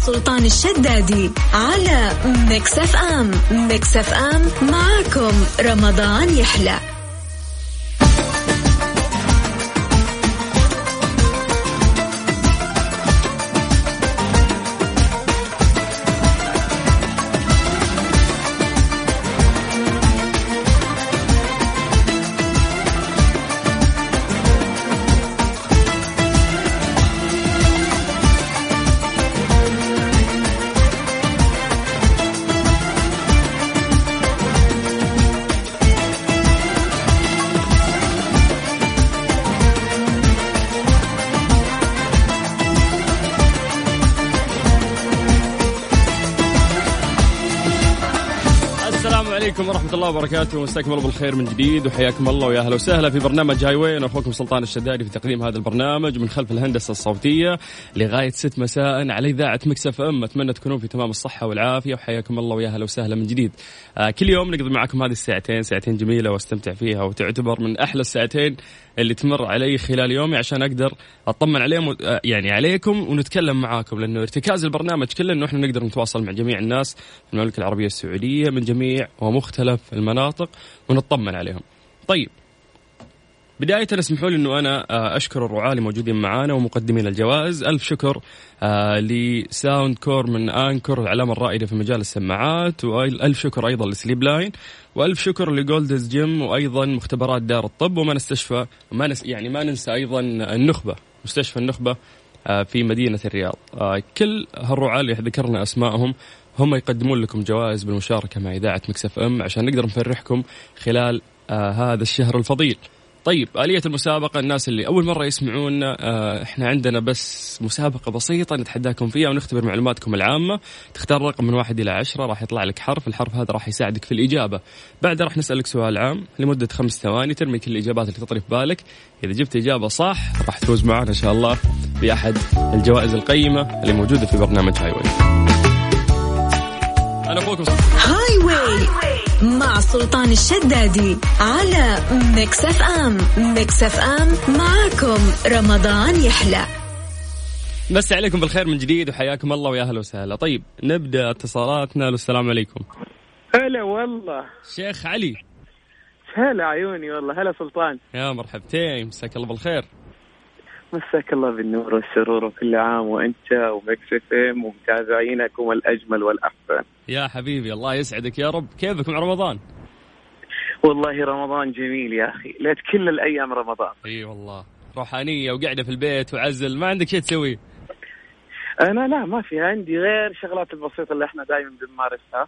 سلطان الشدادي على ميكس اف ام. ميكس اف ام معاكم رمضان يحلى. عليكم ورحمة الله وبركاته، مستكمل بالخير من جديد، وحياكم الله ويا أهلا وسهلا في برنامج هاي واي. أنا أخوكم سلطان الشدادي في تقديم هذا البرنامج من خلف الهندسة الصوتية لغاية 6 مساء على إذاعة ميكس اف ام. أتمنى تكونون في تمام الصحة والعافية، وحياكم الله ويا أهلا وسهلا من جديد. كل يوم نقضي معكم هذه ساعتين جميلة واستمتع فيها، وتعتبر من أحلى الساعتين اللي تمر علي خلال يومي عشان أقدر أطمن عليهم يعني عليكم ونتكلم معاكم، لأنه ارتكاز البرنامج كله إنه إحنا نقدر نتواصل مع جميع الناس في المملكة العربية السعودية من جميع ومختلف المناطق ونطمن عليهم. طيب، بداية اسمحوا لي أنه أنا أشكر الرعاة اللي موجودين معانا ومقدمين الجوائز. ألف شكر لساوند كور من آنكور، العلامة الرائدة في مجال السماعات، وألف شكر أيضا لسليب لاين، وألف شكر لجولدز جيم، وأيضا مختبرات دار الطب، وما نستشفى ما ننسى أيضا النخبة، مستشفى النخبة في مدينة الرياض. كل هالرعاة اللي ذكرنا أسمائهم هم يقدمون لكم جوائز بالمشاركة مع إذاعة ميكس اف ام عشان نقدر نفرحكم خلال هذا الشهر الفضيل. طيب، آلية المسابقة، الناس اللي أول مرة يسمعونا، إحنا عندنا بس مسابقة بسيطة نتحداكم فيها ونختبر معلوماتكم العامة. تختار رقم من 1 إلى 10، راح يطلع لك حرف، الحرف هذا راح يساعدك في الإجابة. بعدها راح نسألك سؤال عام لمدة 5 ثواني، ترمي كل الإجابات اللي تطري في بالك. إذا جبت إجابة صح راح تفوز معنا إن شاء الله بأحد الجوائز القيمة اللي موجودة في برنامج هاي واي. أنا أخوكم هاي واي مع سلطان الشدادي على ميكس اف ام. ميكس اف ام معاكم رمضان يحلى. مسي عليكم بالخير من جديد، وحياكم الله ويا أهلا وسهلا. طيب، نبدأ اتصالاتنا. السلام عليكم. هلا والله شيخ علي. هلا عيوني والله. هلا سلطان. يا مرحبتين، مساك الله بالخير. مساك الله بالنور والسرور، وكل عام وانت وميكس اف ام ومتابعينكم الأجمل والأحسن. يا حبيبي الله يسعدك يا رب. كيفك مع رمضان؟ والله رمضان جميل يا أخي، ليت كل الأيام رمضان. اي والله، روحانية وقاعدة في البيت وعزل، ما عندك شيء تسوي؟ أنا لا، ما في عندي غير شغلات البسيطة اللي احنا دائما بنمارسها،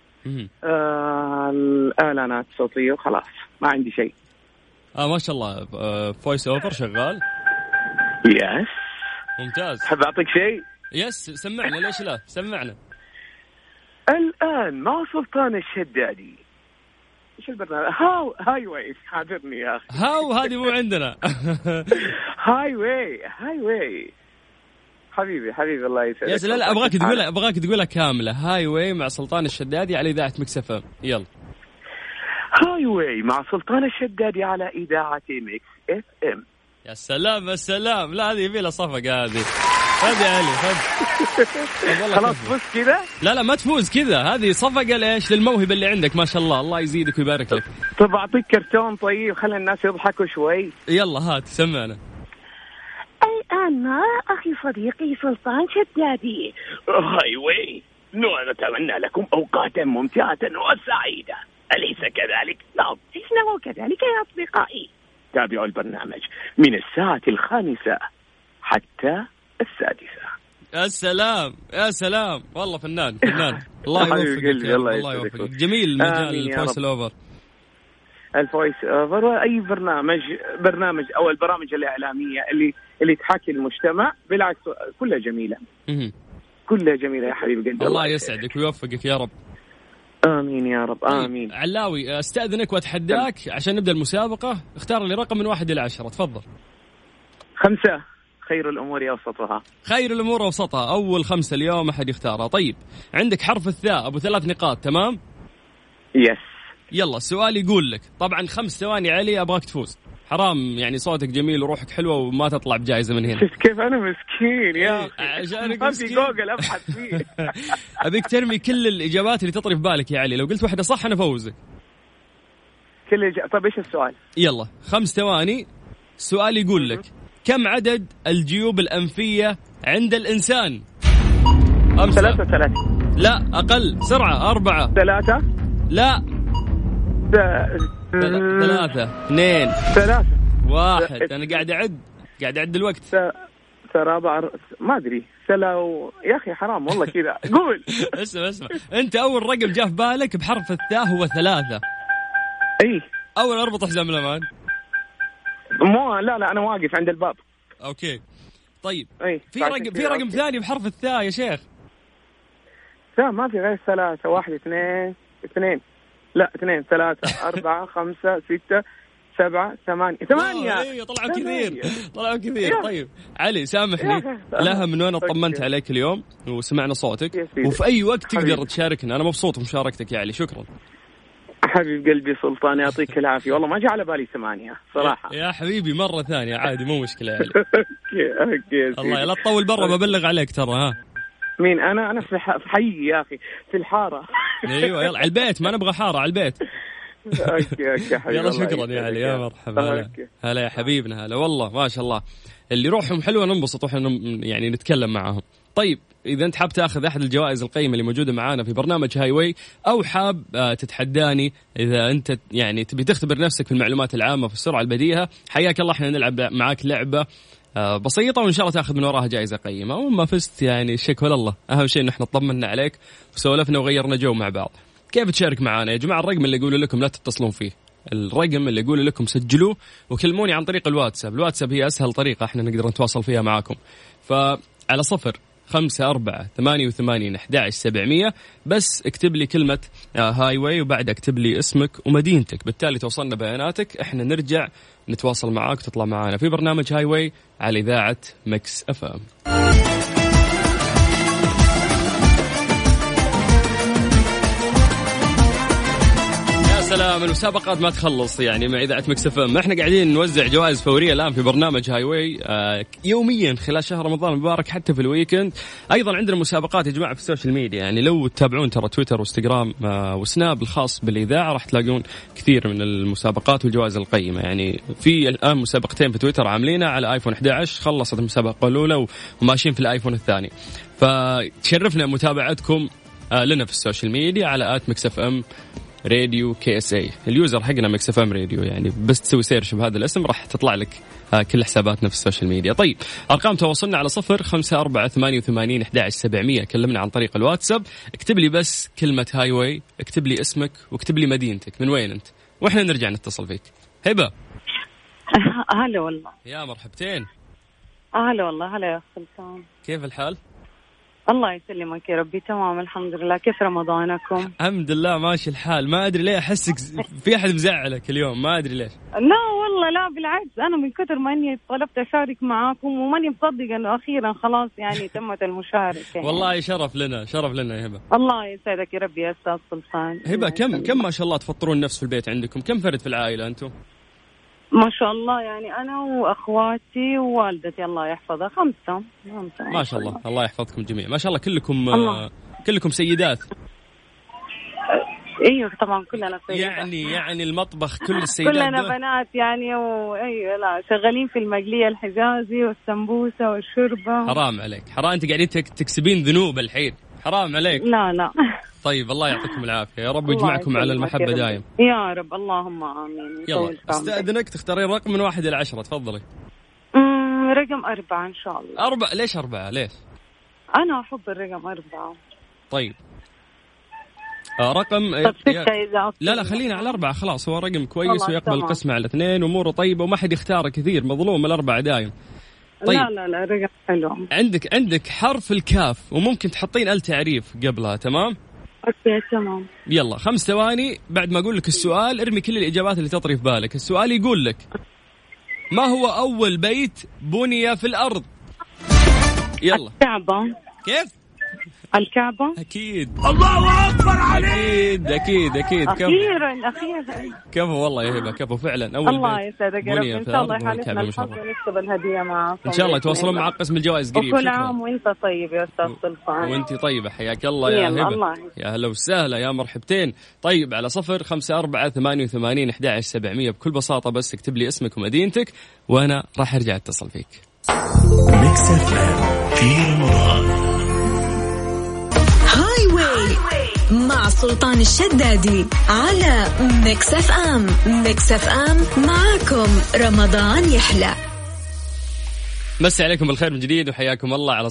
الإعلانات الصوتية وخلاص، ما عندي شيء. ما شاء الله. فويس اوفر شغال؟ يس ممتاز. حب أعطيك شيء؟ يس، سمعنا. ليش لا، سمعنا. الآن مع سلطان الشدادي. إيش البرنامج؟ هاي واي. حاضرني يا أخي. هاو هذه مو عندنا. هاي واي حبيبي الله يسعدك. يس، لا أبغاك تقولها كاملة. هاي واي مع سلطان الشدادي على إذاعة ميكس اف ام. يلا. هاي واي مع سلطان الشدادي على إذاعة ميكس اف ام. يا سلام يا سلام. لا، هذه يبي لها صفقة هذه. خذ يا علي خذ. خلاص فوز كذا؟ لا ما تفوز كذا، هذه صفقة ليش؟ للموهبة اللي عندك ما شاء الله، الله يزيدك ويبارك لك. طب أعطيك كرتون طيب، خلي الناس يضحكوا شوي. يلا هات سمعنا. الآن مع أخي صديقي سلطان شدادي. هاي واي، نتمنى لكم أوقاتا ممتعة وسعيدة، أليس كذلك؟ نعم، إنه كذلك يا أصدقائي. تابعوا البرنامج من الساعة 5 حتى 6. يا سلام والله فنان. الله يوفقك. الله يوفقك. جميل مجال الفويس اوفر. الفويس اوفر واي برنامج او البرامج الاعلاميه اللي تحاكي المجتمع، بالعكس كلها جميله. كلها جميله يا حبيبي قلبي. الله يسعدك ويوفقك يا رب. آمين يا رب. آمين. علاوي، استأذنك واتحداك عشان نبدأ المسابقة. اختار لي رقم من 1 إلى 10. تفضل. 5. خير الأمور أوسطها. خير الأمور أوسطها. أول 5 اليوم أحد يختارها. طيب، عندك حرف الثاء أبو 3 نقاط. تمام. يس. يلا السؤال يقول لك، طبعا 5 ثواني علي، أبغاك تفوز. حرام يعني صوتك جميل وروحك حلوة وما تطلع بجائزة من هنا. شفت كيف أنا مسكين يا أخي، عشانك ما مسكين. في جوجل أبحث فيه. أبيك ترمي كل الإجابات اللي تطري في بالك يا علي، لو قلت واحدة صح أنا فوزك. طب إيش السؤال؟ يلا 5 ثواني. السؤال يقول لك كم عدد الجيوب الأنفية عند الإنسان؟ 3. لا أقل، سرعة. 4. 3. لا 3 2 3 1. أنا قاعد أعد الوقت. 4 ما أدري. يا أخي حرام والله كذا. قول. اسمع أنت أول رقم جاء في بالك بحرف الثاء هو 3. أي أول أربط حزام الأمان. لا أنا واقف عند الباب. أوكي طيب. أي في رقم ثاني بحرف الثاء يا شيخ. لا ما في غير 3. 1 2 لا 2 3 4 5 6 7 8. طلعوا كثير. طيب علي سامحني لها من وين اطمنت عليك اليوم وسمعنا صوتك، وفي أي وقت تقدر تشاركنا. أنا مبسوط بمشاركتك يا علي، شكرا حبيب قلبي سلطان، يعطيك العافية. والله ما جاء على بالي 8 صراحة يا حبيبي. مرة ثانية عادي مو مشكلة يا علي. أوكي الله لا تطول برا ببلغ عليك ترى. ها مين أنا في حي يا أخي، في الحارة. أيوة يلا على البيت، ما نبغى حارة، على البيت. أوكي حبيبي. يلا شكرا يا علي، يا مرحبا. هلا يا حبيبنا، هلا والله ما شاء الله. اللي روحهم حلوة ننبسط وإحنا يعني نتكلم معاهم. طيب إذا أنت حاب تأخذ أحد الجوائز القيمة اللي موجودة معانا في برنامج هاي واي، أو حاب تتحداني إذا أنت يعني تبي تختبر نفسك في المعلومات العامة في السرعة البديهة، حياك الله. إحنا نلعب معاك لعبة بسيطة وإن شاء الله تأخذ من وراها جائزة قيمة. وما فزت يعني شكر الله، أهم شيء إن إحنا طمنا عليك وسولفنا وغيرنا جو مع بعض. كيف تشارك معنا يا جماعة؟ الرقم اللي يقول لكم لا تتصلون فيه، الرقم اللي يقول لكم سجلوه وكلموني عن طريق الواتساب هي أسهل طريقة إحنا نقدر نتواصل فيها معاكم. فعلى 05488111700 بس اكتب لي كلمة هاي واي وبعد اكتب لي اسمك ومدينتك، بالتالي توصلنا بياناتك، احنا نرجع نتواصل معاك وتطلع معانا في برنامج هاي واي على إذاعة ميكس اف ام. سلام. المسابقات ما تخلص يعني مع إذاعة ميكس اف ام. احنا قاعدين نوزع جوائز فورية الآن في برنامج هاي واي يوميا خلال شهر رمضان المبارك حتى في الويكند. أيضا عندنا مسابقات يا جماعة في السوشيال ميديا، يعني لو تتابعون ترى تويتر وانستغرام وسناب الخاص بالإذاعة راح تلاقون كثير من المسابقات والجوائز القيمة. يعني في الآن مسابقتين في تويتر عاملينها على آيفون 11، خلصت المسابقة الأولى وماشيين في الآيفون الثاني. فتشرفنا متابعتكم لنا في السوشيال ميديا على @mixfm راديو KSA. اليوزر حقنا ميكس اف ام راديو، يعني بس تسوي سيرش بهذا الاسم راح تطلع لك كل حساباتنا في السوشيال ميديا. طيب أرقام تواصلنا على 05488111700. كلمنا عن طريق الواتساب، اكتب لي بس كلمة هاي واي، اكتب لي اسمك واكتب لي مدينتك، من وين أنت، وإحنا نرجع نتصل فيك. هبة. هلا والله. يا مرحبتين. هلا والله. هلا يا سلطان، كيف الحال؟ الله يسلمك يا ربي، تمام الحمد لله. كيف رمضانكم؟ الحمد لله ماشي الحال. ما أدري ليه أحسك في أحد مزعلك اليوم، ما أدري ليش. لا والله لا بالعكس، أنا من كثر ما إني طلبت أشارك معاكم وماني مصدق إنه أخيرا خلاص يعني تمت المشاركة. يعني. والله شرف لنا يا هبة. الله يسعدك يا ربي يا أستاذ سلطان. هبة كم ما شاء الله تفطرون نفس في البيت عندكم؟ كم فرد في العائلة أنتم؟ ما شاء الله يعني أنا وأخواتي ووالدتي الله يحفظها 5. ما شاء الله، الله يحفظكم جميعا. ما شاء الله كلكم سيدات. ايوه طبعا كلنا سيدات. يعني المطبخ كل السيدات كلنا بنات يعني ايوه لا شغالين في المقلية الحجازي والسمبوسة والشوربة. حرام عليك، حرام انت قاعدين تكسبين ذنوب الحين، حرام عليك. لا طيب الله يعطيكم العافية يا رب ويجمعكم على المحبة دايم يا رب. اللهم آمين. يلا استأذنك تختارين رقم من 1 إلى 10 تفضلي. رقم 4 إن شاء الله. 4 ليش 4 ليش؟ أنا أحب الرقم 4. طيب رقم طب 6 إذا لا خلينا على 4 خلاص، هو رقم كويس ويقبل القسمة على 2 أموره طيبة وما حد يختار كثير، مظلوم 4 دايم. طيب. لا رقم حلو. عندك حرف الكاف وممكن تحطين التعريف قبلها، تمام؟ اوكي تمام. يلا 5 ثواني بعد ما اقول لك السؤال ارمي كل الاجابات اللي تطري في بالك. السؤال يقول لك ما هو اول بيت بني في الارض؟ يلا. الكعبة. كيف؟ الكعبة. أكيد. الله أكبر عليك. أكيد أخيرا كفو والله يا هبة، كفو فعلا. أول الله يسعدك يا رب، إن شاء الله يحالفنا الحظ ونكتب الهدية معك إن شاء الله. يتواصلون مع قسم الجوائز قريب. وكل عام وأنت طيب يا أستاذ سلطان. وأنت طيبة، حياك الله يا هبة. يا هلا وسهلا، يا مرحبتين. طيب على 0548811700 بكل بساطة بس اكتب لي اسمك ومدينتك وأنا راح أرجع أتصل فيك. ميكس اف ام في رمضان. هاي واي مع سلطان الشدادي على ميكس اف ام. ميكس اف ام معكم رمضان يحلى. مسي عليكم بالخير من جديد وحياكم الله على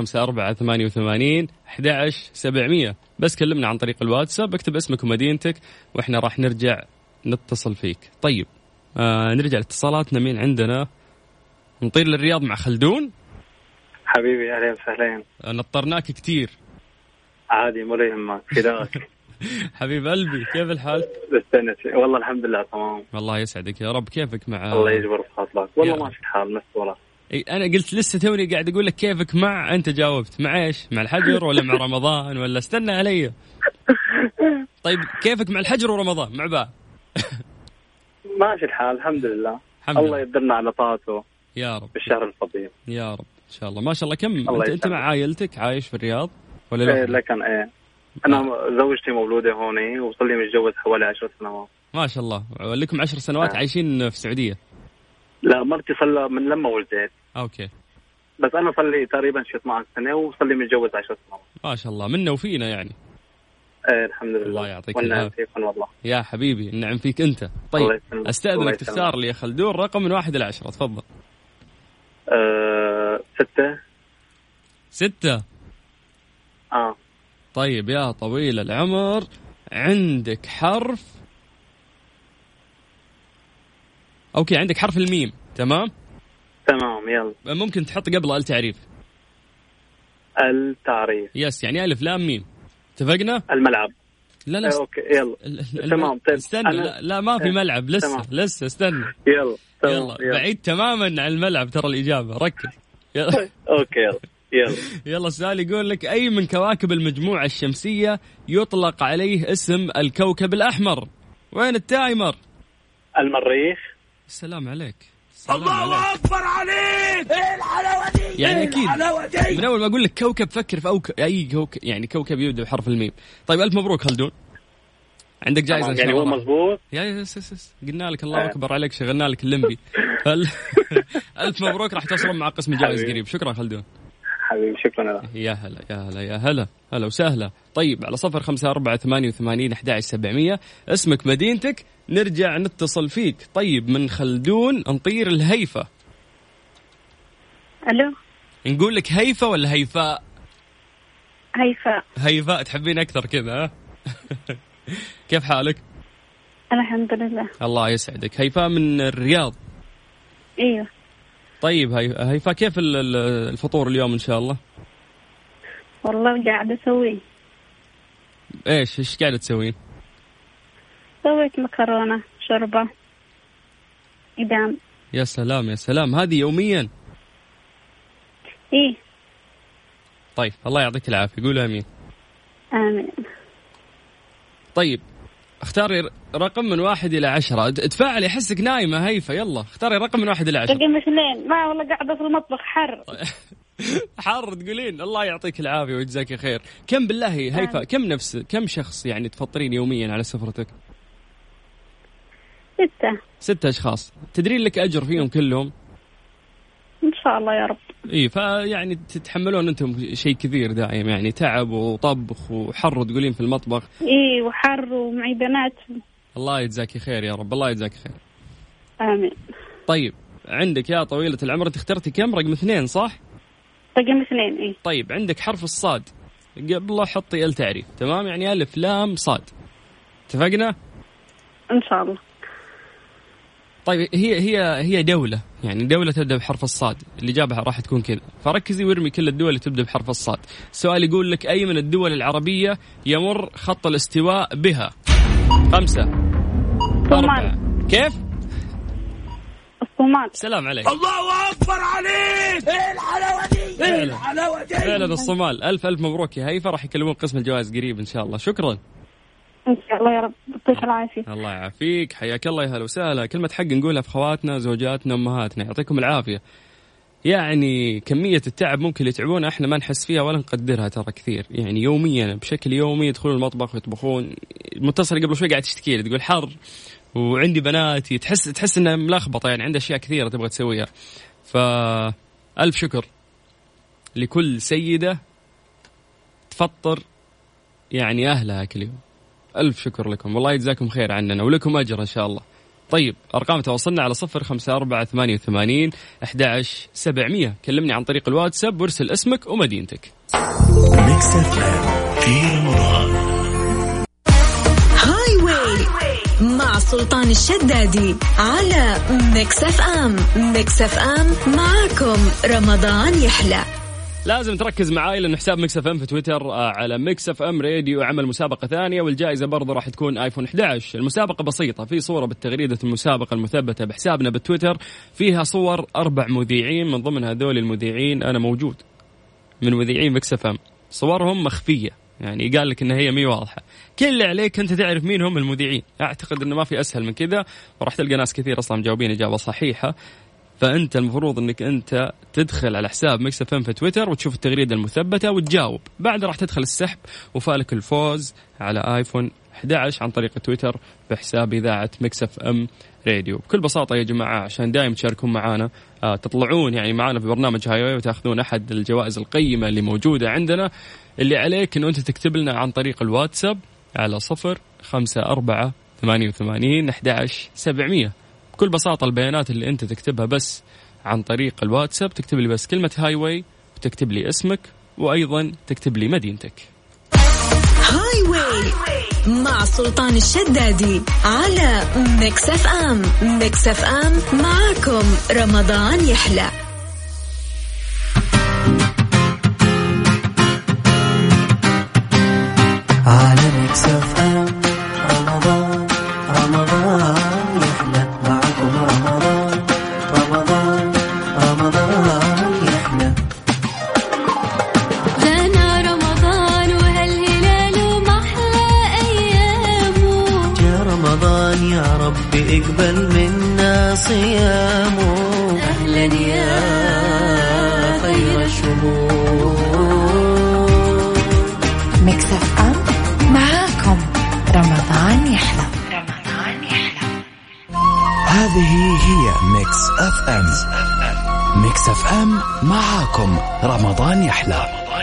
0548811700. بس كلمنا عن طريق الواتساب، اكتب اسمك ومدينتك واحنا راح نرجع نتصل فيك. طيب نرجع لاتصالاتنا. مين عندنا؟ نطير للرياض مع خلدون. حبيبي أهلا وسهلا. نطرناك كتير. عادي مو يهمك فداك. حبيب قلبي كيف الحال؟ والله الحمد لله تمام. والله يسعدك يا رب. كيفك مع؟ الله يجبر خاطرك. والله ماشي الحال مسؤولة. أنا قلت لسه توني قاعد أقول لك كيفك مع، أنت جاوبت مع إيش؟ مع الحجر ولا مع رمضان ولا استنى علي؟ طيب كيفك مع الحجر ورمضان مع بعض؟ ماشي الحال الحمد لله. الله يقدرنا على طاعته يا رب بالشهر الفضيل يا رب إن شاء الله. ما شاء الله. كم أنت مع عائلتك عايش في الرياض ولا لا؟ لكن أنا زوجتي مولودة هون وصل لي متجوز حوالي 10 سنوات. ما شاء الله. لكم 10 سنوات عايشين في السعودية؟ لا مرتي صار من لما ولدت. أوكي. بس أنا صار لي تقريبا 12 سنة وصل لي متجوز 10 سنوات. ما شاء الله. منا وفينا يعني. الحمد لله. الله يعطيك العافية والله يا حبيبي. النعم فيك أنت. طيب أستأذنك تختار لي يا خلدون رقم من 1 إلى 10. تفضل. 6. طيب يا طويل العمر عندك حرف. أوكي عندك حرف الميم. تمام يلا. ممكن تحط قبله التعريف. التعريف يس يعني ألف لام ميم. اتفقنا؟ الملعب. لا اوكي يلا تمام. استنى لا ما في ملعب لسه استنى. يلا بعيد تماما عن الملعب ترى الإجابة. ركز. يلا. اوكي يلا السؤال يقول لك أي من كواكب المجموعة الشمسية يطلق عليه اسم الكوكب الأحمر؟ وين التايمر؟ المريخ. السلام عليك. الله أكبر عليك. ايه الحلاوة دي؟ يعني أكيد من أول ما أقول لك كوكب فكر في أي كوكب، يعني كوكب يبدأ بحرف الميم. طيب ألف مبروك خلدون، عندك جائزة إن شاء الله. يعني هو مزبوط. يس قلنا لك الله أكبر عليك، شغلنا لك اللمبي. ألف مبروك، راح توصلون مع قسم الجائزة قريب. شكرا خلدون حبيبي. شكرا لك. يا هلا وسهلا. طيب على 0548811700 اسمك مدينتك نرجع نتصل فيك. طيب من خلدون نطير الهيفا. ألو نقول لك هيفا ولا هيفاء؟ هيفاء تحبين أكثر كذا. كيف حالك؟ الحمد لله. الله يسعدك. هيفاء من الرياض. ايوه. طيب هيفاء كيف الفطور اليوم إن شاء الله؟ والله قاعدة أسوي. إيش قاعدة تسوين؟ سويت مكرونة شوربة إدام. يا سلام هذه يوميا؟ إيه. طيب الله يعطيك العافية. قول آمين. آمين. طيب اختاري رقم من 1 إلى 10. تفاعلي، أحسك نايمة هيفا. يلا اختاري رقم من 1 إلى 10. رقم 2. ما والله قاعدة في المطبخ حر. تقولين الله يعطيك العافية ويجزاك خير. كم بالله هيفا كم شخص يعني تفطرين يوميا على سفرتك؟ 6 أشخاص. تدرين لك أجر فيهم كلهم إن شاء الله يا رب. إيه فيعني تتحملون أنتم شيء كثير دائم، يعني تعب وطبخ وحر تقولين في المطبخ. إيه وحر ومعي بنات. الله يجزاك خير يا رب. الله يجزاك خير. آمين. طيب عندك يا طويلة العمر أنت اخترتي كم؟ رقم 2 صح؟ رقم 2 إيه. طيب عندك حرف الصاد قبله حطي التعريف. تمام يعني ألف لام صاد. اتفقنا؟ إن شاء الله. طيب هي دولة، يعني دولة تبدأ بحرف الصاد. اللي جابها راح تكون كذا، فركزي وارمي كل الدول اللي تبدأ بحرف الصاد. السؤال يقول لك أي من الدول العربية يمر خط الاستواء بها؟ 5 4. كيف؟ الصومال. سلام عليك. الله أكبر عليك. ايه الحلاوة دي؟ فعلا الصومال. ألف مبروك يا هيفا، راح يكلمون قسم الجوائز قريب إن شاء الله. شكرا. إن شاء الله يا رب، يعطيك العافية. الله يعافيك، حياك الله، يا هلا وسهلا. كلمة حق نقولها في خواتنا زوجاتنا أمهاتنا، يعطيكم العافية. يعني كمية التعب ممكن يتعبون احنا ما نحس فيها ولا نقدرها ترى كثير. يعني يوميا بشكل يومي يدخلون المطبخ ويطبخون. متصل قبل شوي قاعد تشتكي لي تقول حر وعندي بناتي، تحس انها ملخبطة، يعني عندها اشياء كثيرة تبغى تسويها. فألف شكر لكل سيدة تفطر يعني أهلها كل يوم. ألف شكر لكم، والله يجزاكم خير عننا ولكم أجر إن شاء الله. طيب أرقام تواصلنا على 0548811700. كلمني عن طريق الواتساب وارسل اسمك ومدينتك. هاي واي مع سلطان الشدادي على ميكس اف ام. ميكس اف ام معاكم رمضان يحلى. لازم تركز معاي لأنه حساب ميكس اف ام في تويتر على ميكس اف ام راديو عمل مسابقة ثانية، والجائزة برضه راح تكون آيفون 11. المسابقة بسيطة، في صورة بالتغريدة المسابقة المثبتة بحسابنا بالتويتر، فيها صور 4 مذيعين، من ضمن هذول المذيعين أنا موجود من مذيعين ميكس اف ام. صورهم مخفية، يعني قال لك إن هي مي واضحة. كل اللي عليك أنت تعرف مين هم المذيعين. أعتقد إنه ما في أسهل من كذا، وراح تلقى ناس كثير أصلا مجاوبين إجابة صحيحة. فأنت المفروض أنك أنت تدخل على حساب ميكس اف ام في تويتر وتشوف التغريدة المثبتة وتجاوب. بعد راح تدخل السحب وفالك الفوز على آيفون 11 عن طريق تويتر بحساب إذاعة ميكس اف ام راديو. بكل بساطة يا جماعة، عشان دائما تشاركون معنا، تطلعون يعني معنا في برنامج هاي واي وتأخذون أحد الجوائز القيمة اللي موجودة عندنا. اللي عليك أنه أنت تكتب لنا عن طريق الواتساب على 0548811700. بكل بساطة البيانات اللي أنت تكتبها بس عن طريق الواتساب، تكتب لي بس كلمة هاي واي وتكتب لي اسمك وأيضا تكتب لي مدينتك. هاي واي مع سلطان الشدادي على ميكس اف ام. ميكس اف ام معاكم رمضان يحلى. على ميكس اف ام رمضان يحلى معكم. رمضان يحلى. جانا رمضان وهالهلال ومحلى أيامه. يا رمضان يا رب اقبل منا صيامه. أهلا يا خير الشهور. ميكس اف ام معاكم رمضان يحلى. هذه هي ميكس اف ام. ميكس اف ام معاكم رمضان يحلى.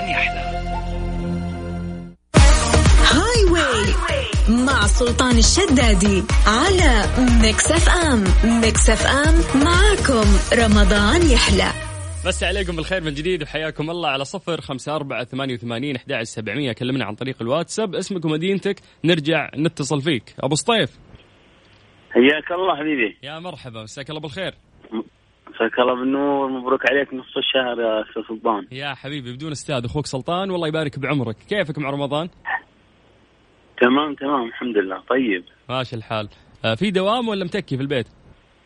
هاي واي مع سلطان الشدادي على ميكس اف ام. ميكس اف ام معاكم رمضان يحلى. بس عليكم بالخير من جديد وحياكم الله على 0548811700. كلمنا عن طريق الواتساب اسمك ومدينتك، نرجع نتصل فيك. أبو سطيف حياك الله حبيبي. يا مرحبا، مساك الله بالخير. مساك الله بالنور، مبروك عليك نصف الشهر يا أستاذ سلطان. يا حبيبي بدون استاذ، أخوك سلطان، والله يبارك بعمرك. كيفك مع رمضان؟ تمام الحمد لله. طيب ماشي الحال. في دوام ولا متكي في البيت؟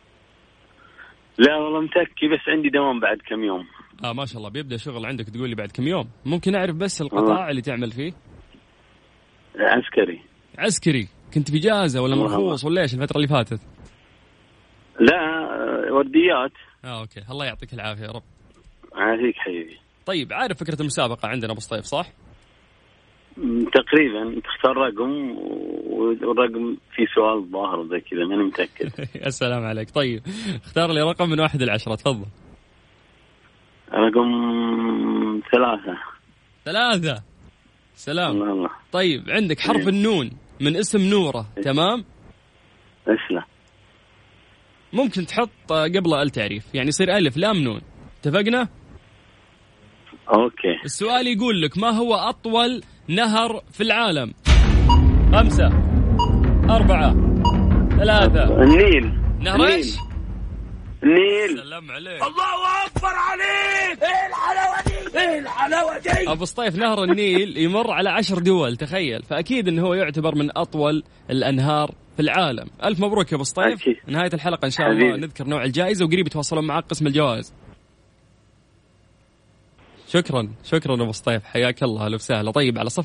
لا والله متكي، بس عندي دوام بعد كم يوم. ما شاء الله، بيبدأ شغل عندك تقول لي بعد كم يوم. ممكن أعرف بس القطاع اللي تعمل فيه؟ عسكري. كنت في جازة ولا مرخوص ولا إيش الفترة اللي فاتت؟ لا ورديات. أوكي، الله يعطيك العافية يا رب. عافيك حبيبي. طيب عارف فكرة المسابقة عندنا أبو سطيف صح؟ تقريبا تختار رقم والرقم في سؤال ظاهر زي كذا، ماني متأكد. يا سلام عليك. طيب اختار لي رقم من 1 إلى 10، تفضل. رقم 3. سلام. الله. طيب عندك حرف النون من اسم نورة، تمام؟ أسلا. ممكن تحط قبله التعريف، يعني يصير ألف لام نون. اتفقنا؟ أوكي. السؤال يقول لك ما هو أطول نهر في العالم؟ 5 4 3. النيل. نهر ايش؟ النيل. سلام عليك. الله أكبر عليك. ايه الحلاوة دي. أبو سطيف نهر النيل يمر على 10 دول، تخيل. فأكيد أنه هو يعتبر من أطول الأنهار في العالم. ألف مبروك يا أبو سطيف. نهاية الحلقة إن شاء الله نذكر نوع الجائزة وقريب يتواصلون معك قسم الجوائز. شكرا أبو سطيف، حياك الله، أهلا وسهلا. طيب على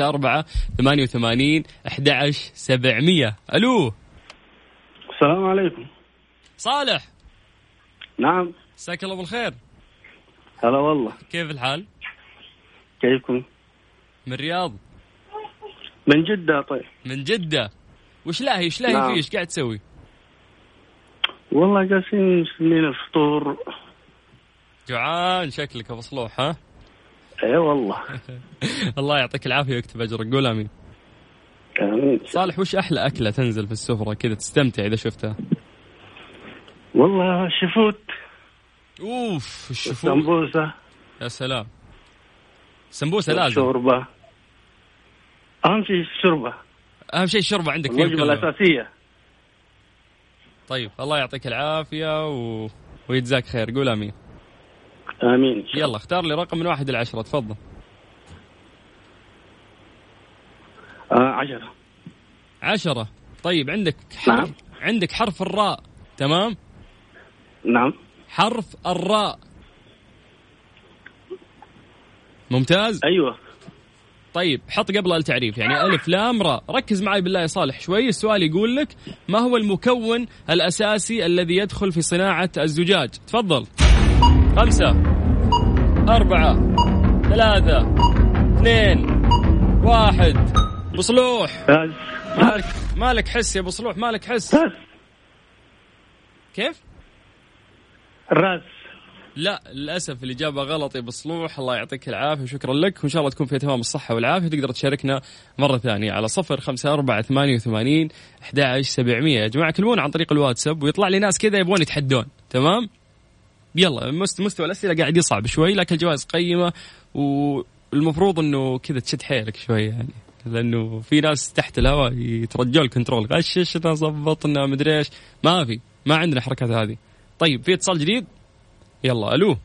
0548811700. ألو السلام عليكم. صالح. نعم. مساك الله بالخير. هلا والله. كيف الحال؟ كيفكم؟ من الرياض. من جدة. طيب من جدة. وش لاهي نعم. فيه؟ ايش قاعد تسوي؟ والله جالسين مستنيين الفطور. جوعان شكلك ابو صلوح. ها اي والله. الله يعطيك العافية ويكتب أجرك. قول آمين. آمين. صالح وش أحلى أكلة تنزل في السفرة كذا تستمتع إذا شفتها؟ والله شفوت. أوف الشفوت. سمبوسة. يا سلام. سمبوسة لازم. شوربة. أهم شيء الشوربة. أهم شيء الشوربة عندك فيه الوجبة الأساسية. طيب الله يعطيك العافية ويجزاك خير. قول آمين. آمين. يلا اختار لي رقم من 1 إلى 10. تفضل. 10. 10. طيب عندك نعم. عندك حرف الراء. تمام. نعم. حرف الراء. ممتاز. أيوة. طيب حط قبل التعريف يعني ألف لام راء. ركز معي بالله يا صالح شوي. السؤال يقول لك ما هو المكون الأساسي الذي يدخل في صناعة الزجاج؟ تفضل. 5 4 3 2 1. بصلوح. مالك حس يا بصلوح، مالك حس. كيف؟ الراس. لا للأسف الإجابة غلط يا بصلوح. الله يعطيك العافية وشكرا لك، وإن شاء الله تكون في تمام الصحة والعافية. تقدر تشاركنا مرة ثانية على 0548811700. يا جماعة كلمونا عن طريق الواتساب ويطلع لي ناس كذا يبغون يتحدون. تمام. يلا مستوى الأسئلة قاعد يصعب شوي لكن الجوائز قيمة، والمفروض أنه كذا تشد حيلك شوي يعني، لأنه في ناس تحت الهواء يترجوا الكنترول غششنا ضبطنا مدري إيش. ما عندنا حركات هذه. طيب في اتصال جديد. يلا. ألو.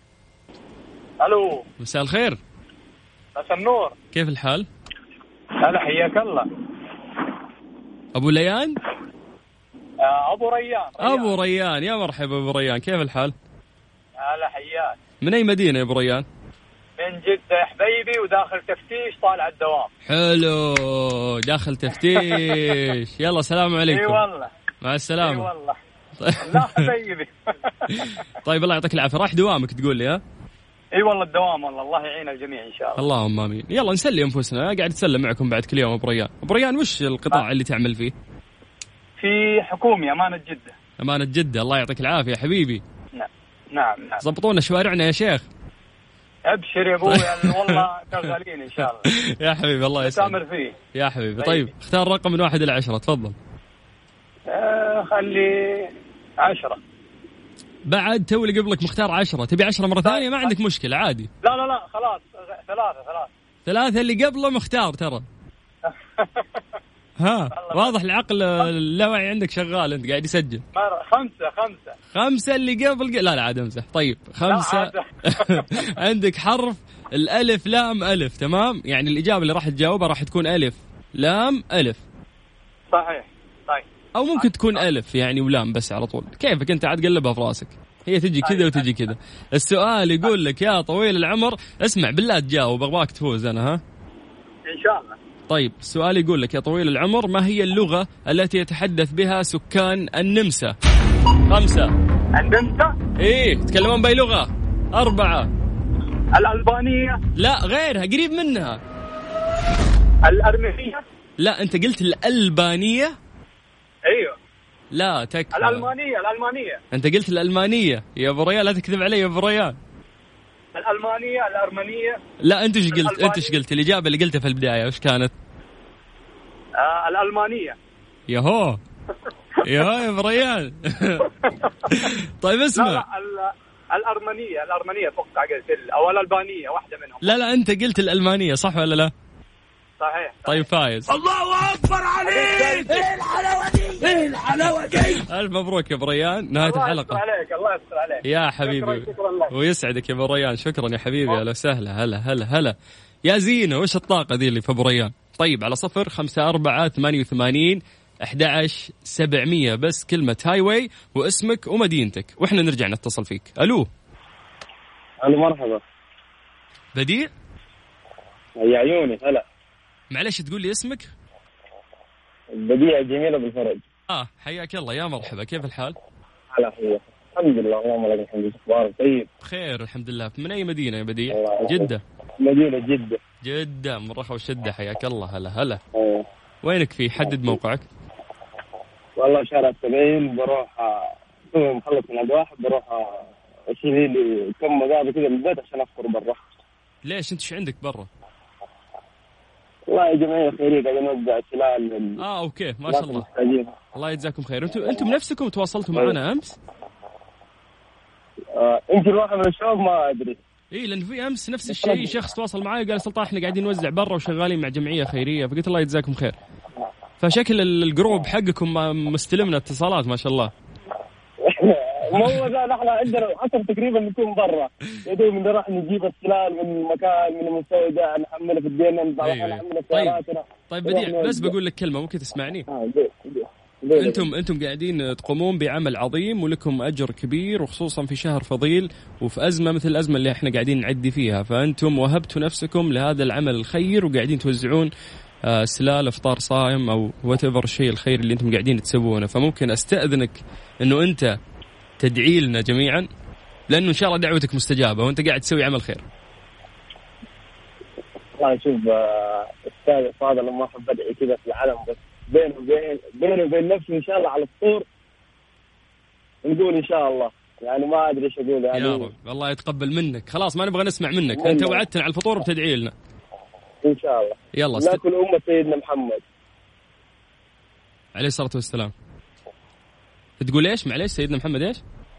مساء الخير. مساء النور. كيف الحال؟ هلا حياك الله. أبو ليان. أبو ريان. أبو ريان يا مرحبا أبو ريان، كيف الحال؟ هلا حياك. من أي مدينة يا أبو ريان؟ من جدة يا حبيبي، وداخل تفتيش طالع الدوام. حلو داخل تفتيش. يلا سلام عليكم. اي والله. مع السلامة. اي والله. لا حبيبي. طيب الله يعطيك العافية. راح دوامك تقول لي؟ ها اي والله الدوام، والله الله يعين الجميع ان شاء الله. اللهم امين. يلا نسلي انفسنا، قاعد اتسلم معكم بعد كل يوم. ابو ريان وش القطاع اللي تعمل فيه؟ في حكومي أمانة جدة. أمانة جدة. الله يعطيك العافية يا حبيبي. نعم. ضبطونا شوارعنا يا شيخ. ابشر يا ابوي والله شغالين ان شاء الله. يا حبيبي الله يسعدك. فيه يا حبيبي. طيب اختار رقم من 1 إلى 10. تفضل. خلي 10. بعد تو اللي قبلك مختار 10. تبي 10 مرة ثانية؟ ما عندك مشكلة عادي. لا خلاص 3 اللي قبله مختار ترى. ها واضح العقل اللاواعي عندك شغال، انت قاعد يسجل. 5 اللي قبل. لا عاد امزح. طيب 5. عندك حرف الألف لام ألف. تمام، يعني الإجابة اللي راح تجاوبها راح تكون ألف لام ألف. صحيح. طيب أو ممكن تكون ألف يعني ولام بس على طول، كيفك أنت عاد قلبها في راسك، هي تجي كذا وتجي كذا. السؤال يقول لك يا طويل العمر، اسمع بالله تجاوب، أبغاك تفوز أنا. ها إن شاء الله. طيب السؤال يقول لك يا طويل العمر، ما هي اللغة التي يتحدث بها سكان النمسا؟ 5. النمسا؟ إيه يتكلمون بأي لغة؟ 4. الألبانية؟ لا غيرها قريب منها. الأرمينية؟ لا أنت قلت الألبانية. أيوه. لا تكفى. الألمانية. أنت قلت الألمانية يا أبو ريان، لا تكذب علي يا أبو ريان. الألمانية الأرمنية. لا أنت إيش قلت؟ أنت إيش قلت؟ الإجابة اللي قلتها في البداية وش كانت؟ الألمانية. يا أبو ريان. طيب اسمع. لا الأرمنية أتوقع قلت، أو الألبانية واحدة منهم. لا أنت قلت الألمانية صح ولا لا؟ صحيح. طيب فايز. الله أكبر عليك. ايه الحلاوة دي. ألف مبروك يا أبو ريان، نهاية الحلقة. الله يستر عليك يا حبيبي. ويسعدك يا أبو ريان. شكرا يا حبيبي. هلا وسهلا. هلا يا زينة. وش الطاقة ذي اللي في أبو ريان؟ طيب على 0548811700 بس كلمة هاي واي واسمك ومدينتك وإحنا نرجع نتصل فيك. ألو مرحبا. بديع يا عيوني هلا. معلش تقول لي اسمك؟ بديع جميلة بالفرج. حياك الله يا مرحبا، كيف الحال؟ هلا فيك. الحمد لله اللهم لك الحمد. اخبارك طيب؟ بخير الحمد لله. من اي مدينة يا بديع؟ جدة. مدينة جدة. جدة من رخا وشدة. حياك الله. هلا وينك في؟ حدد موقعك. والله شارع 70 بروح مخلص من عند واحد بروح اشيل لي كم مقابل كذا من البيت عشان افطر برا. ليش انت ايش عندك برا؟ والله يا جماعة خيرية قاعد نوزع سلال. اوكي ما شاء الله. الله يجزاكم خير. انتم نفسكم تواصلتوا معنا امس؟ انت الواحد من الشباب ما ادري. لان في امس نفس الشيء شخص تواصل معي قال سلطان احنا قاعدين نوزع برا وشغالين مع جمعية خيرية، فقلت الله يجزاكم خير. فشكل الجروب حقكم مستلمنا اتصالات ما شاء الله. ما هو ذا نحن عندنا 10 تقريبا نكون برا يدوم من راح نجيب السلال من مكان من المستودع نحمله في الدينا نحمله في سياراتنا. طيب بديع بس بقول لك كلمة ممكن تسمعني؟ انتم قاعدين تقومون بعمل عظيم ولكم اجر كبير، وخصوصا في شهر فضيل وفي ازمه مثل الازمه اللي احنا قاعدين نعدي فيها، فانتم وهبتوا نفسكم لهذا العمل الخير وقاعدين توزعون سلال افطار صائم او whatever الشيء الخير اللي انتم قاعدين تسوونه. فممكن استاذنك انه انت تدعي لنا جميعا، لانه ان شاء الله دعوتك مستجابه وانت قاعد تسوي عمل خير. والله شوف استاذ فاضل ما احب ادعي كذا في العالم، بس بيني وبين نفسي ان شاء الله على الفطور نقول ان شاء الله، يعني ما ادري ايش اقول يعني. يا رب الله يتقبل منك. خلاص ما نبغى نسمع منك، انت وعدتنا على الفطور بتدعي لنا ان شاء الله. يلا ناكل امه سيدنا محمد عليه الصلاه والسلام. تقول ايش؟ معليش سيدنا محمد ايش؟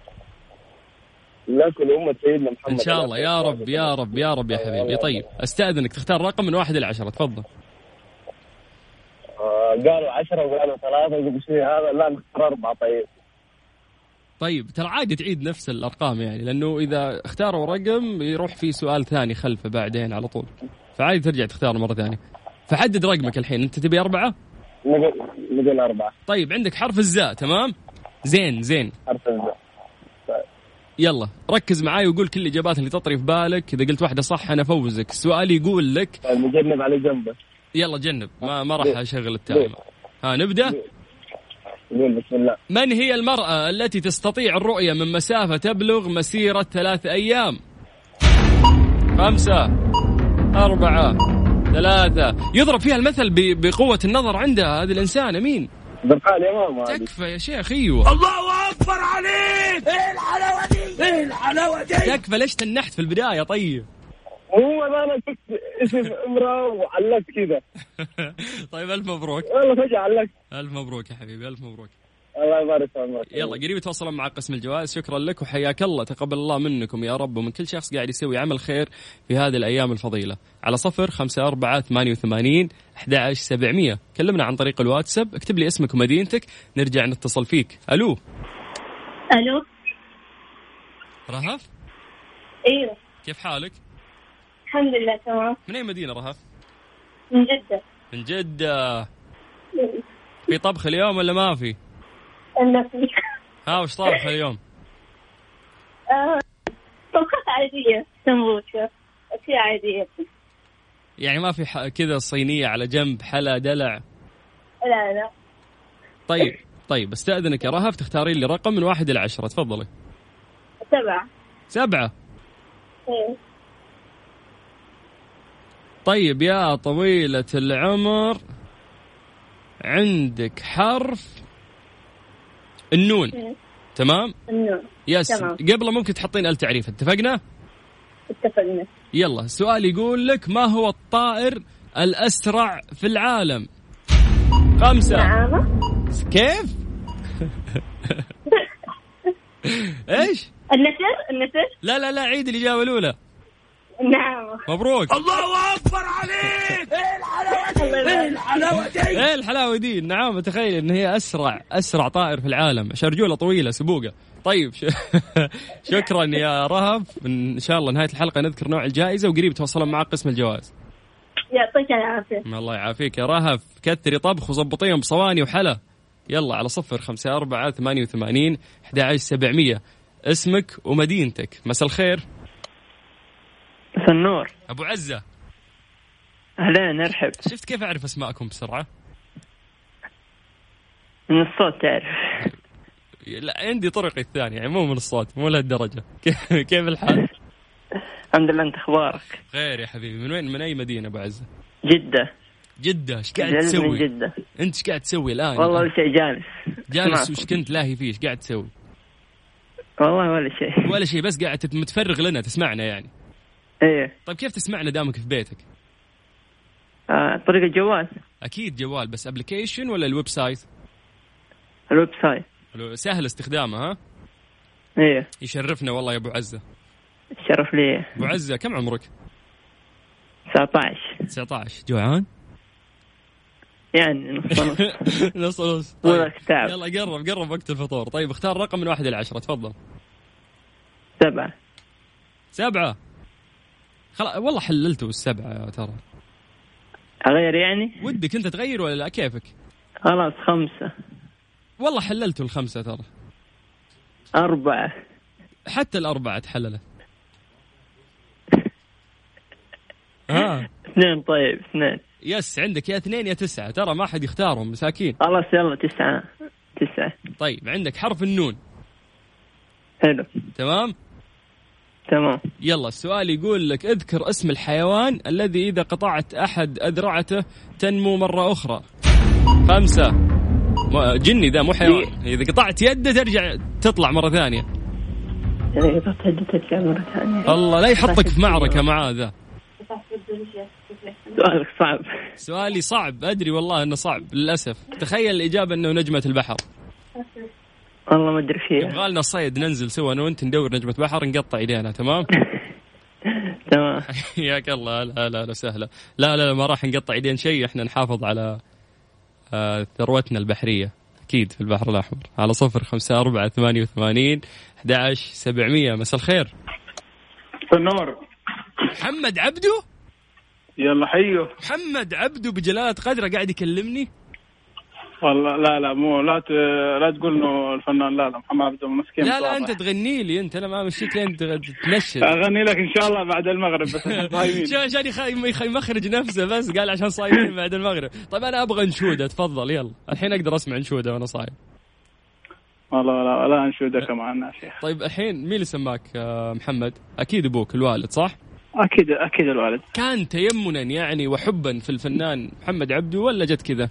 ناكل امه سيدنا محمد ان شاء الله. يا رب يا رب يا رب يا حبيبي. طيب استاذنك تختار رقم من 1 إلى 10 تفضل. قالوا 10 وقالوا 3 وقبل شيء هذا لا نختار 4. طيب ترى عادي تعيد نفس الارقام يعني، لانه اذا اختاروا رقم يروح في سؤال ثاني خلفه بعدين على طول، فعادي ترجع تختار مره ثانيه. فحدد رقمك الحين. انت تبي 4؟ نقول 4. طيب عندك حرف الزاء تمام؟ زين حرف الزاء. يلا ركز معاي وقول كل الإجابات اللي تطري في بالك. إذا قلت واحدة صح أنا فوزك. السؤال يقول لك نجنب على جنبه. يلا جنب ما راح أشغل التايمر. نبدأ. قول بسم الله. من هي المرأة التي تستطيع الرؤية من مسافة تبلغ مسيرة 3 أيام؟ 5 4 3. يضرب فيها المثل بقوة النظر عندها هذه الإنسانة. مين؟ برقال يا ماما. تكفى يا شيخ. ايوه الله اكبر عليك. ايه الحلاوه دي؟ ايه الحلاوه دي؟ تكفى ليش تنحت في البدايه؟ طيب هو انا قلت اسم امراه وعلقت كذا. طيب الف مبروك. والله فجاه علقت. الف مبروك يا حبيبي الف مبروك. الله يبارك فيك. يلا قريب يتواصلون مع قسم الجوائز. شكرا لك وحياك الله. تقبل الله منكم يا رب ومن كل شخص قاعد يسوي عمل خير في هذه الأيام الفضيلة. على 054-88-11700 كلمنا عن طريق الواتساب. اكتب لي اسمك ومدينتك نرجع نتصل فيك. ألو رهف. ايوه كيف حالك؟ الحمد لله تمام. من أي مدينة رهف؟ من جدة. من جدة. في طبخ اليوم ولا ما في؟ في. وش طابخ اليوم؟ طبخات عادية سمبوسة أشياء عادية يعني ما في كذا صينية على جنب حلا دلع؟ لا. طيب استأذنك يا رهف تختارين لي رقم من 1 إلى 10 تفضلي. 7. إيه. طيب يا طويلة العمر عندك حرف النون. تمام؟ النون. يس تمام. قبل ممكن تحطين التعريف. اتفقنا؟ اتفقنا. يلا السؤال يقول لك ما هو الطائر الأسرع في العالم؟ 5. نعم. كيف؟ ايش؟ النسر. لا عيد الإجابة الأولى. نعم. مبروك. الله أكبر عليك. ايه الحلاوة دي. نعم تخيل ان هي اسرع طائر في العالم عشان رجوله طويلة سبوقة. طيب شكرا يا رهف. ان شاء الله نهاية الحلقة نذكر نوع الجائزة وقريب توصلون مع قسم الجوائز. يعطيك العافية. الله يعافيك يا رهف. كثري طبخ وضبطيهم بصواني وحلا. يلا على 054-88-11700 اسمك ومدينتك. مساء الخير. مساء النور. أبو عزة. أهلين أرحب. شفت كيف أعرف أسماءكم بسرعة؟ من الصوت تعرف. لا عندي طرقي الثانية يعني مو من الصوت مو لهالدرجة. كيف الحال؟ الحمد لله. أنت أخبارك؟ خير يا حبيبي. من وين؟ من أي مدينة أبو عزة؟ جدة. جدة. إيش قاعد تسوي؟ من جدة. أنت إيش قاعد تسوي الآن؟ والله ولا شيء جالس وش كنت لاهي فيه؟ إيش قاعد تسوي؟ والله ولا شيء. ولا شيء بس قاعد متفرغ لنا تسمعنا يعني. إيه. طيب كيف تسمعنا دامك في بيتك؟ طريق الجوال. أكيد جوال بس أبليكيشن ولا الويب سايت؟ الويب سايت. سهل استخدامه ها؟ إيه. يشرفنا والله يا أبو عزة. الشرف لي. أبو عزة كم عمرك؟ 19. جوعان؟ يعني نص نص. طيب. يلا قرب وقت الفطور. طيب اختار رقم من 1 إلى 10 تفضل. 7. خلاص والله حللته 7 يا ترى. أغير يعني؟ ودك أنت تغير ولا لا كيفك؟ خلاص 5. والله حللته 5 ترى. 4. حتى 4 تحللت. 2. طيب 2. يس عندك يا 2 يا 9 ترى ما حد يختارهم مساكين. خلاص يلا 9. طيب عندك حرف النون. حلو. تمام. يلا السؤال يقول لك اذكر اسم الحيوان الذي إذا قطعت أحد أذرعته تنمو مرة أخرى. 5. جني ذا مو حيوان. إذا قطعت يده ترجع تطلع مرة ثانية. إذا قطعت يده ترجع مرة ثانية. الله لا يحطك في معركة معاه ذا. سؤالك صعب. سؤالي صعب أدري والله إنه صعب للأسف. تخيل الإجابة إنه نجمة البحر. والله ما أدري فيها. يبغى لنا صيد ننزل سوا أنا وأنت ندور نجمة بحر نقطع إيدينا. تمام. تمام. ياك الله. لا سهلة. لا ما راح نقطع إيدين شيء. إحنا نحافظ على ثروتنا البحرية أكيد في البحر الأحمر. على 0548811700. مساء الخير. النور. محمد عبده. يلا حيو. محمد عبده بجلالة قدره قاعد يكلمني. والله لا مو لا تقول انه الفنان. لا محمد عبده مسكين. لا انت تغني لي انت. انا ما مشيت لين تنشد. اغني لك ان شاء الله بعد المغرب بس صايمين. عشان يمخرج نفسه بس قال عشان صايمين بعد المغرب. طيب انا ابغى انشوده تفضل يلا. الحين اقدر اسمع انشوده وانا صايم. والله لا انشوده كمان يا شيخ. طيب الحين مين اللي سماك محمد؟ اكيد ابوك الوالد صح؟ اكيد الوالد. كان تيمنا يعني وحبا في الفنان محمد عبده ولا جت كذا؟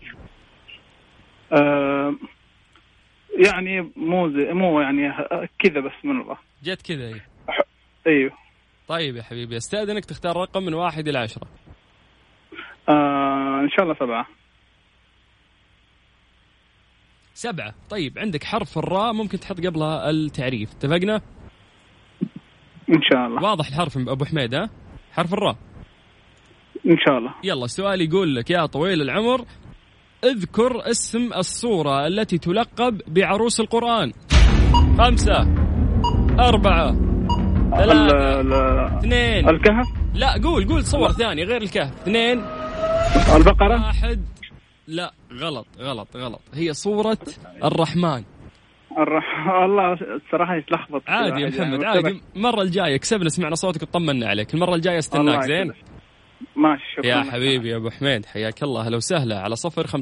يعني مو يعني كذا بس من الله. جت كذا. ايوه. طيب يا حبيبي استأذنك تختار رقم من 1 إلى 10. ان شاء الله 7. طيب عندك حرف الراء ممكن تحط قبلها التعريف. اتفقنا؟ ان شاء الله. واضح الحرف ابو حميد ها؟ حرف الراء ان شاء الله. يلا السؤال يقول لك يا طويل العمر اذكر اسم الصورة التي تلقب بعروس القرآن. 5 4 3 2. الكهف. لا قول صور ثانية غير الكهف. 2 البقرة. 1. لا غلط. هي صورة الرحمن. والله الصراحة يتلخبط. عادي يا محمد عادي. المرة الجاية كسبنا سمعنا صوتك وطمنا عليك. المرة الجاية استناك زين. ماشي شكرا يا حبيبي يا أبو حميد حياك الله. هلا وسهلا على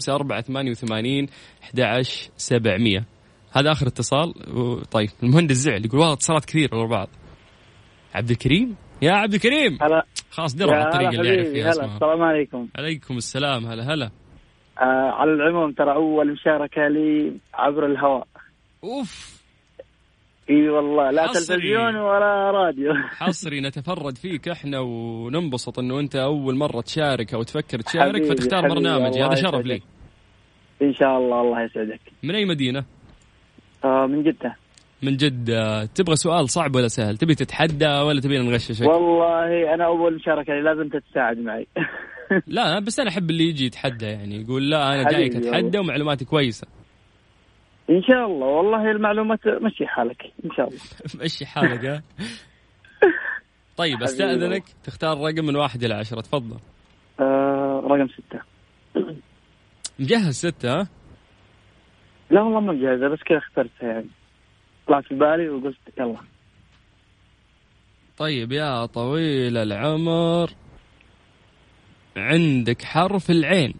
0548811700. هذا آخر اتصال. طيب المهندس زعل يقول والله اتصالات كثير ورا بعض. عبد الكريم. يا عبد الكريم هلا. خلاص درب الطريق اللي يعرف فيها اسمها. السلام عليكم. عليكم السلام. هلا. على العموم ترى أول مشاركة لي عبر الهواء. أوف. اي والله لا تلفزيون ولا راديو. حصري نتفرد فيك احنا وننبسط انه انت اول مرة تشارك او تفكر تشارك فتختار برنامجي. هذا شرف لي. ان شاء الله. الله يسعدك. من اي مدينة؟ من جدة. من جدة. تبغى سؤال صعب ولا سهل؟ تبي تتحدى ولا تبي نغششك؟ والله انا اول مشاركة لي لازم تتساعد معي. لا بس انا احب اللي يجي يتحدى يعني يقول لا انا جايك اتحدى ومعلوماتي كويسة. إن شاء الله. والله المعلومات مشي حالك إن شاء الله. مشي حالك ها. طيب استأذنك تختار رقم من 1 إلى 10 تفضل. رقم 6. مجهز 6 ها؟ لا والله ما مجهزة بس كذا اخترتها يعني طلعت في بالي وقلت يلا. طيب يا طويل العمر، عندك حرف العين.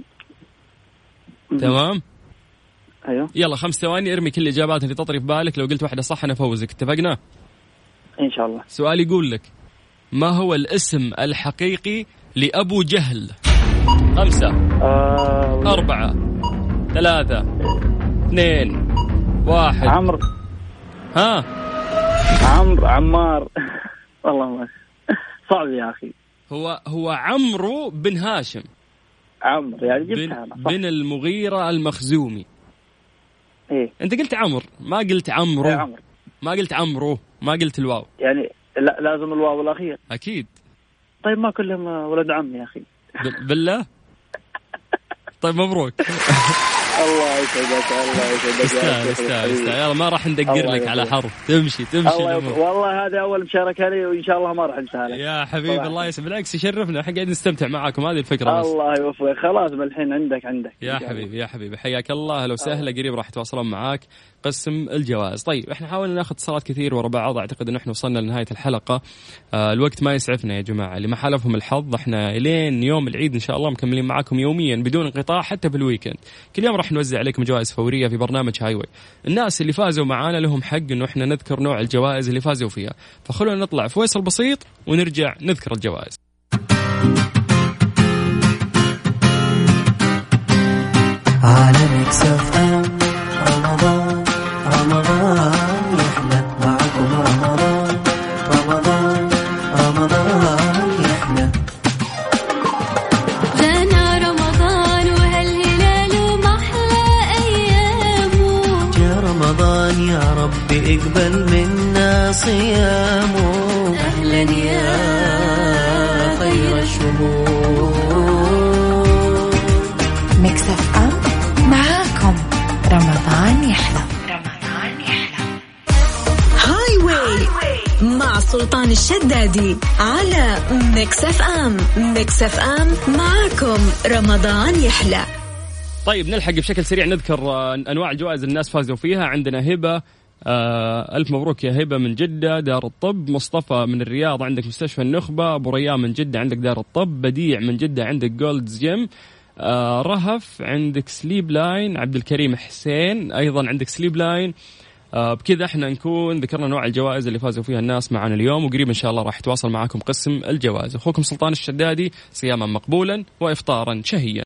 تمام. ايوه. يلا 5 ثواني ارمي كل الاجابات اللي تطري في بالك، لو قلت واحده صح انا فوزك. اتفقنا؟ ان شاء الله. سؤال يقول لك ما هو الاسم الحقيقي لأبو جهل؟ 5 4 3 2 1. عمرو. ها عمرو، عمار. والله ما صعب يا أخي. هو عمرو بن هاشم. عمرو يعني جبتها بن المغيرة المخزومي. إيه. أنت قلت عمرو، ما قلت عمرو. إيه عمرو. ما قلت عمرو، ما قلت الواو. يعني لا لازم الواو الأخير. أكيد. طيب ما كلهم ولد عمي يا أخي. بالله. طيب مبروك. الله يسعدك، الله يسعدك. استاهل. يلا ما راح ندقر لك على حرف، تمشي. والله هذا أول مشاركة لي وإن شاء الله ما راح أنساها لك يا حبيبي. الله يسعدك، بالعكس يشرفنا، احنا قاعدين نستمتع معاكم، هذه الفكرة بس. الله يوفقك. خلاص الحين عندك يا حبيبي حياك الله. لو سهلة قريب راح يتواصلون معاك قسم الجوائز. طيب احنا حاولنا ناخذ اتصالات كثير ورا بعض، اعتقد ان احنا وصلنا لنهاية الحلقة. الوقت ما يسعفنا يا جماعة، اللي ما حالفهم الحظ احنا الين يوم العيد ان شاء الله مكملين معاكم يوميا بدون انقطاع، حتى في الويكند كل يوم راح نوزع عليكم جوائز فورية في برنامج هايوي. الناس اللي فازوا معانا لهم حق انه احنا نذكر نوع الجوائز اللي فازوا فيها، فخلونا نطلع فويصل بسيط ونرجع نذكر الجوائز. على ميكس اف ام رمضان رمضان يحلى معكم رمضان رمضان رمضان يحلى. جانا رمضان وهالهلال محلى أيامه. يا رمضان يا رب اقبل منا صيامه. أهلا يا خير الشهور. ميكس اف ام معاكم رمضان يحلى. هاي واي مع سلطان الشدادي على ميكس اف ام. ميكس اف ام معاكم رمضان يحلى. طيب نلحق بشكل سريع نذكر أنواع الجوائز الناس فازوا فيها. عندنا هبة، ألف مبروك يا هبة من جدة دار الطب. مصطفى من الرياض عندك مستشفى النخبة. أبو ريان من جدة عندك دار الطب. بديع من جدة عندك جولدز جيم. رهف عندك سليب لاين. عبد الكريم حسين أيضا عندك سليب لاين. بكذا احنا نكون ذكرنا نوع الجوائز اللي فازوا فيها الناس معنا اليوم، وقريب ان شاء الله راح يتواصل معكم قسم الجوائز. اخوكم سلطان الشدادي، صياما مقبولا وافطارا شهيا.